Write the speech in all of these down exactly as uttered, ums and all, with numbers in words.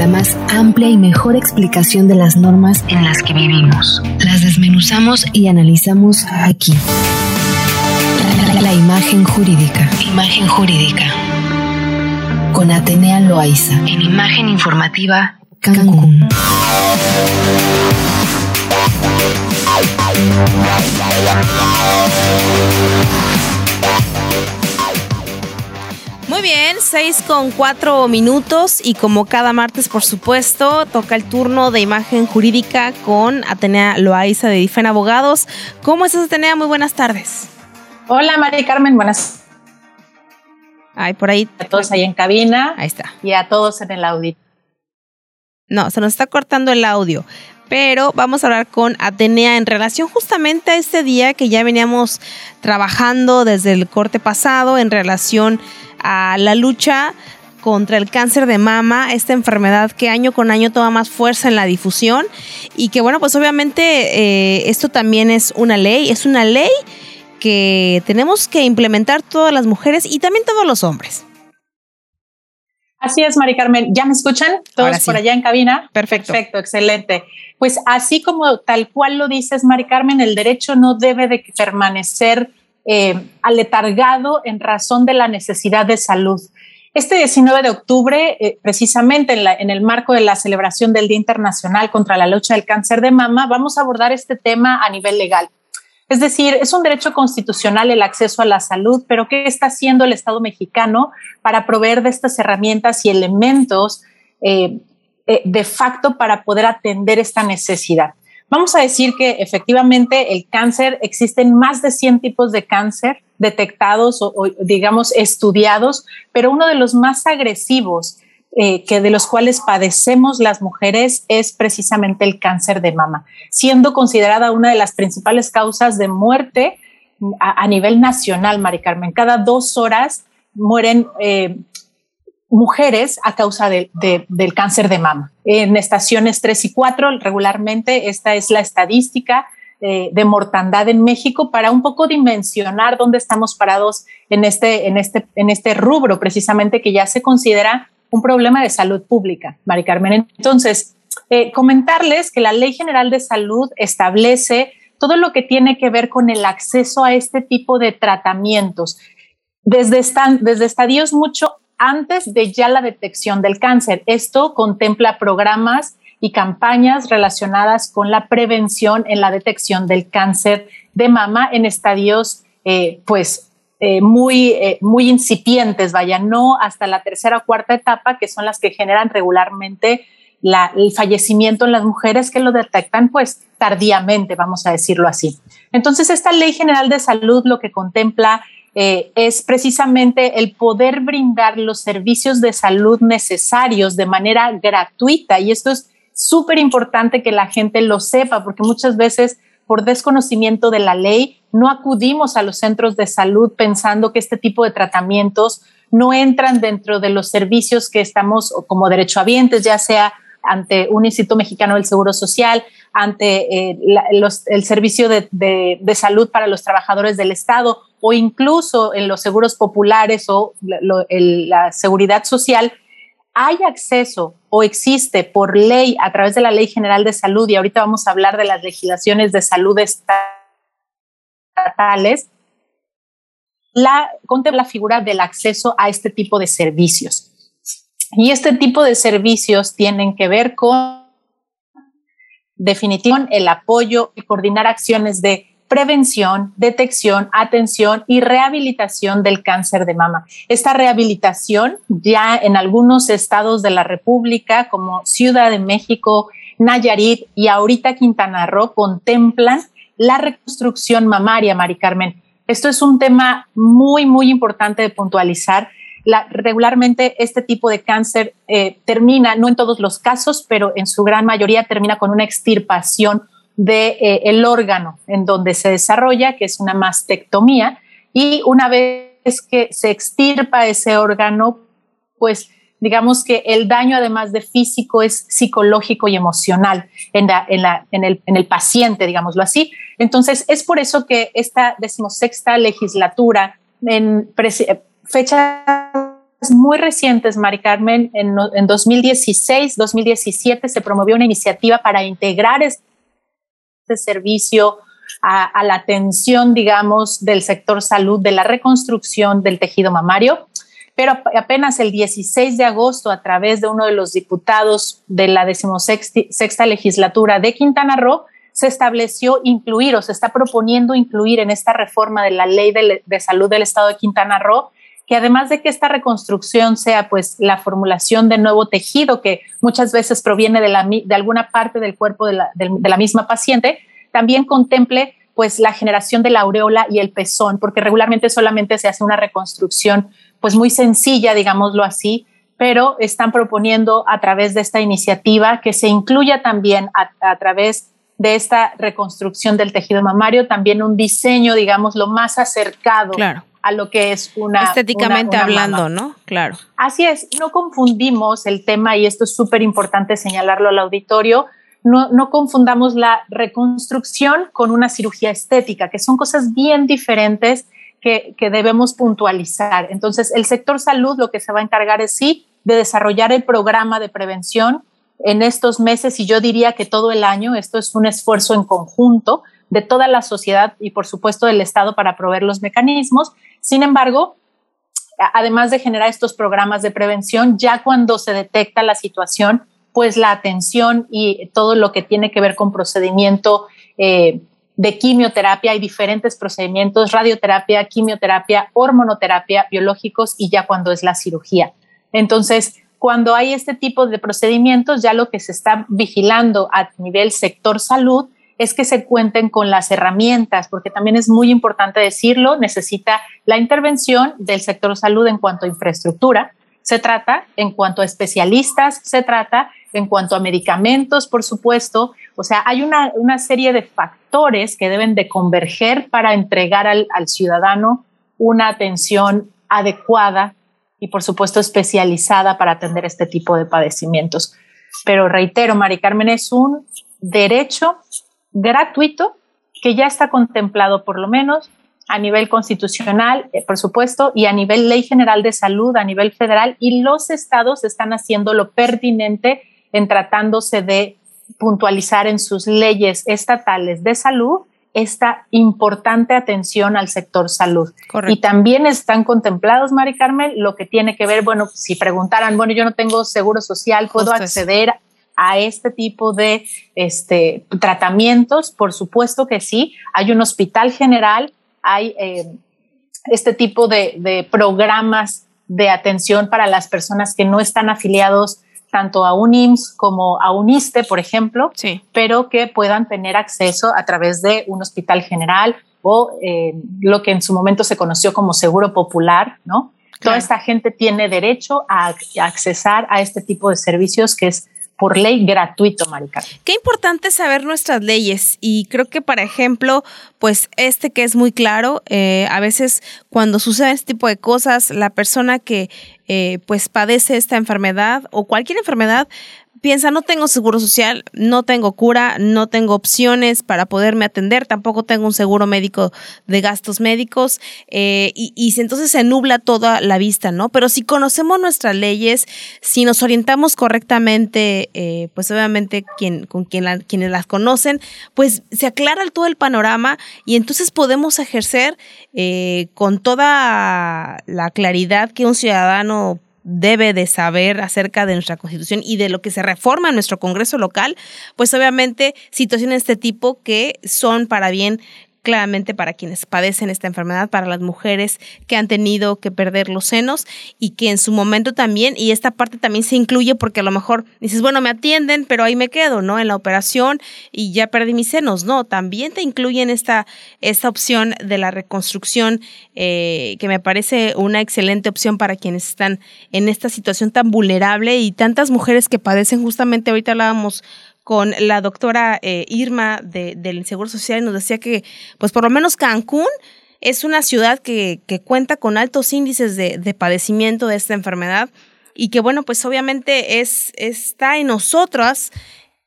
la más amplia y mejor explicación de las normas en las que vivimos. Las desmenuzamos y analizamos aquí. La, la, la imagen jurídica. Imagen jurídica. Con Atenea Loaiza. En Imagen Informativa, Cancún. Muy bien, seis con cuatro minutos y como cada martes, por supuesto, toca el turno de Imagen Jurídica con Atenea Loaiza de Difen Abogados. ¿Cómo estás, Atenea? Muy buenas tardes. Hola, María Carmen, buenas. Ay, por ahí. A todos ahí en cabina. Ahí está. Y a todos en el audio. No, se nos está cortando el audio. Pero vamos a hablar con Atenea en relación justamente a este día que ya veníamos trabajando desde el corte pasado en relación a la lucha contra el cáncer de mama, esta enfermedad que año con año toma más fuerza en la difusión y que bueno, pues obviamente eh, esto también es una ley, es una ley que tenemos que implementar todas las mujeres y también todos los hombres. Así es, Mari Carmen. ¿Ya me escuchan? ¿Todos sí. Por allá en cabina? Perfecto. Perfecto, excelente. Pues así como tal cual lo dices, Mari Carmen, el derecho no debe de permanecer eh, aletargado en razón de la necesidad de salud. Este diecinueve de octubre, eh, precisamente en, la, en el marco de la celebración del Día Internacional contra la Lucha del Cáncer de Mama, vamos a abordar este tema a nivel legal. Es decir, es un derecho constitucional el acceso a la salud, pero ¿qué está haciendo el Estado mexicano para proveer de estas herramientas y elementos eh, eh, de facto para poder atender esta necesidad? Vamos a decir que efectivamente el cáncer, existen más de cien tipos de cáncer detectados o, o digamos estudiados, pero uno de los más agresivos Eh, que de los cuales padecemos las mujeres es precisamente el cáncer de mama, siendo considerada una de las principales causas de muerte a, a nivel nacional, Mari Carmen. Cada dos horas mueren eh, mujeres a causa de, de, del cáncer de mama. En estaciones tres y cuatro, regularmente, esta es la estadística eh, de mortandad en México para un poco dimensionar dónde estamos parados en este, en este, en este rubro, precisamente que ya se considera un problema de salud pública, Mari Carmen. Entonces, eh, comentarles que la Ley General de Salud establece todo lo que tiene que ver con el acceso a este tipo de tratamientos, desde, estan, desde estadios mucho antes de ya la detección del cáncer. Esto contempla programas y campañas relacionadas con la prevención en la detección del cáncer de mama en estadios, eh, pues, Eh, muy, eh, muy incipientes, vaya, no hasta la tercera o cuarta etapa, que son las que generan regularmente la, el fallecimiento en las mujeres que lo detectan pues tardíamente, vamos a decirlo así. Entonces, esta Ley General de Salud lo que contempla eh, es precisamente el poder brindar los servicios de salud necesarios de manera gratuita, y esto es súper importante que la gente lo sepa, porque muchas veces por desconocimiento de la ley, no acudimos a los centros de salud pensando que este tipo de tratamientos no entran dentro de los servicios que estamos como derechohabientes, ya sea ante un Instituto Mexicano del Seguro Social, ante eh, la, los, el servicio de, de, de salud para los trabajadores del Estado o incluso en los seguros populares o la, lo, el, la seguridad social. Hay acceso o existe por ley a través de la Ley General de Salud, y ahorita vamos a hablar de las legislaciones de salud estatales, la, contempla la figura del acceso a este tipo de servicios. Y este tipo de servicios tienen que ver con definición, el apoyo y coordinar acciones de prevención, detección, atención y rehabilitación del cáncer de mama. Esta rehabilitación ya en algunos estados de la República, como Ciudad de México, Nayarit y ahorita Quintana Roo, contemplan la reconstrucción mamaria, Mari Carmen. Esto es un tema muy, muy importante de puntualizar. La, regularmente este tipo de cáncer eh, termina, no en todos los casos, pero en su gran mayoría termina con una extirpación de eh, el órgano en donde se desarrolla, que es una mastectomía, y una vez que se extirpa ese órgano, pues digamos que el daño, además de físico, es psicológico y emocional en, la, en, la, en, el, en el paciente, digámoslo así. Entonces, es por eso que esta decimosexta legislatura, en fecha muy recientes, Mari Carmen, en, en dos mil dieciséis, dos mil diecisiete se promovió una iniciativa para integrar este servicio a, a la atención, digamos, del sector salud, de la reconstrucción del tejido mamario. Pero apenas el dieciséis de agosto, a través de uno de los diputados de la decimosexta legislatura de Quintana Roo, se estableció incluir o se está proponiendo incluir en esta reforma de la Ley de, de Salud del Estado de Quintana Roo, que además de que esta reconstrucción sea pues la formulación de nuevo tejido que muchas veces proviene de, la, de alguna parte del cuerpo de la, de, de la misma paciente, también contemple pues la generación de la aureola y el pezón, porque regularmente solamente se hace una reconstrucción pues muy sencilla, digámoslo así, pero están proponiendo a través de esta iniciativa que se incluya también a, a través de esta reconstrucción del tejido mamario también un diseño, digamos, lo más acercado claro. a lo que es una estéticamente una, una hablando, mama. ¿no? Claro. Así es, no confundimos el tema, y esto es súper importante señalarlo al auditorio, no, no confundamos la reconstrucción con una cirugía estética, que son cosas bien diferentes que, que debemos puntualizar. Entonces, el sector salud lo que se va a encargar es sí de desarrollar el programa de prevención en estos meses, y yo diría que todo el año. Esto es un esfuerzo en conjunto de toda la sociedad y por supuesto del Estado para proveer los mecanismos. Sin embargo, además de generar estos programas de prevención, ya cuando se detecta la situación, pues la atención y todo lo que tiene que ver con procedimiento eh, de quimioterapia, hay diferentes procedimientos: radioterapia, quimioterapia, hormonoterapia, biológicos, y ya cuando es la cirugía. Entonces, cuando hay este tipo de procedimientos, ya lo que se está vigilando a nivel sector salud es que se cuenten con las herramientas, porque también es muy importante decirlo, necesita la intervención del sector salud en cuanto a infraestructura, se trata en cuanto a especialistas, se trata en cuanto a medicamentos, por supuesto. O sea, hay una, una serie de factores que deben de converger para entregar al, al ciudadano una atención adecuada y, por supuesto, especializada para atender este tipo de padecimientos. Pero reitero, Mari Carmen, es un derecho gratuito que ya está contemplado por lo menos a nivel constitucional, eh, por supuesto, y a nivel Ley General de Salud, a nivel federal, y los estados están haciendo lo pertinente en tratándose de puntualizar en sus leyes estatales de salud esta importante atención al sector salud. Correcto. Y también están contemplados, Mari Carmen, lo que tiene que ver, bueno, si preguntaran, bueno, yo no tengo seguro social, ¿puedo Justo acceder eso. a este tipo de este, tratamientos? Por supuesto que sí. Hay un hospital general, hay eh, este tipo de, de programas de atención para las personas que no están afiliados tanto a un I M S S como a un I S S S T E, por ejemplo, sí. pero que puedan tener acceso a través de un hospital general o eh, lo que en su momento se conoció como seguro popular, ¿no? Claro. Toda esta gente tiene derecho a, a accesar a este tipo de servicios que es por ley gratuito, Mari Carmen. Qué importante saber nuestras leyes, y creo que, por ejemplo, pues este que es muy claro, eh, a veces cuando sucede este tipo de cosas, la persona que eh, pues padece esta enfermedad o cualquier enfermedad piensa, no tengo seguro social, no tengo cura, no tengo opciones para poderme atender, tampoco tengo un seguro médico de gastos médicos, eh, y, y entonces se nubla toda la vista, ¿no? Pero si conocemos nuestras leyes, si nos orientamos correctamente, eh, pues obviamente quien, con quien la, quienes las conocen, pues se aclara todo el panorama y entonces podemos ejercer eh, con toda la claridad que un ciudadano debe de saber acerca de nuestra Constitución y de lo que se reforma en nuestro Congreso local, pues obviamente situaciones de este tipo que son para bien, claramente para quienes padecen esta enfermedad, para las mujeres que han tenido que perder los senos y que en su momento también, y esta parte también se incluye porque a lo mejor dices, bueno, me atienden, pero ahí me quedo, ¿no? En la operación y ya perdí mis senos. No, también te incluyen esta, esta opción de la reconstrucción, eh, que me parece una excelente opción para quienes están en esta situación tan vulnerable y tantas mujeres que padecen. Justamente ahorita hablábamos con la doctora eh, Irma de, del Seguro Social y nos decía que pues por lo menos Cancún es una ciudad que, que cuenta con altos índices de, de padecimiento de esta enfermedad y que bueno, pues obviamente es, está en nosotras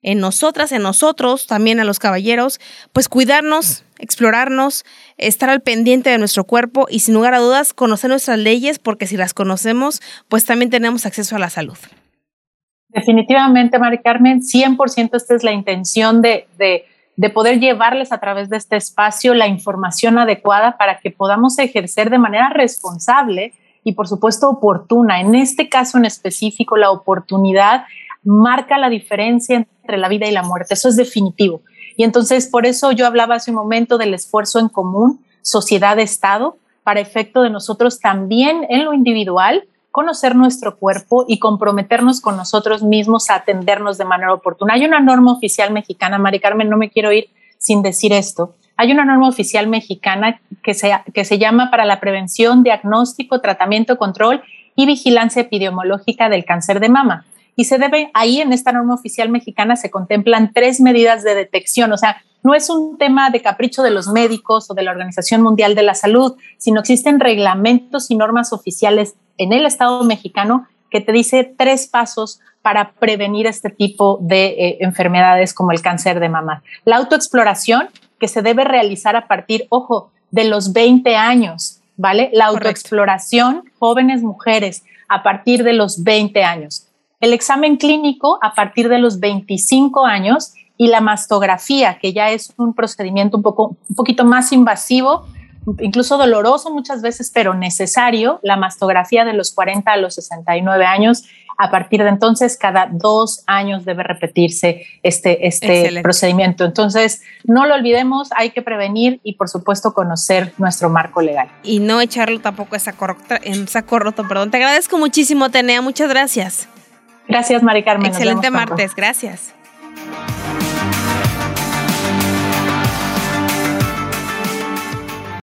en nosotras, en nosotros, también a los caballeros, pues cuidarnos, explorarnos, estar al pendiente de nuestro cuerpo y sin lugar a dudas conocer nuestras leyes, porque si las conocemos, pues también tenemos acceso a la salud. Definitivamente, Mari Carmen, cien por ciento esta es la intención de, de, de poder llevarles a través de este espacio la información adecuada para que podamos ejercer de manera responsable y, por supuesto, oportuna. En este caso en específico, la oportunidad marca la diferencia entre la vida y la muerte. Eso es definitivo. Y entonces, por eso yo hablaba hace un momento del esfuerzo en común, sociedad-estado, para efecto de nosotros también en lo individual, conocer nuestro cuerpo y comprometernos con nosotros mismos a atendernos de manera oportuna. Hay una norma oficial mexicana, Mari Carmen, no me quiero ir sin decir esto. Hay una norma oficial mexicana que se, que se llama para la prevención, diagnóstico, tratamiento, control y vigilancia epidemiológica del cáncer de mama. Y se debe, ahí en esta norma oficial mexicana se contemplan tres medidas de detección. O sea, no es un tema de capricho de los médicos o de la Organización Mundial de la Salud, sino existen reglamentos y normas oficiales en el Estado mexicano que te dice tres pasos para prevenir este tipo de eh, enfermedades como el cáncer de mama. La autoexploración, que se debe realizar a partir, ojo, de los veinte años, ¿vale? La autoexploración, correcto. Jóvenes mujeres, a partir de los veinte años. El examen clínico a partir de los veinticinco años y la mastografía, que ya es un procedimiento un poco, un poquito más invasivo, incluso doloroso muchas veces, pero necesario, la mastografía de los cuarenta a los sesenta y nueve años. A partir de entonces, cada dos años debe repetirse este, este procedimiento. Entonces, no lo olvidemos, hay que prevenir y, por supuesto, conocer nuestro marco legal. Y no echarlo tampoco en saco roto, perdón. Te agradezco muchísimo, Atenea, muchas gracias. Gracias, Mari Carmen. Excelente martes, gracias.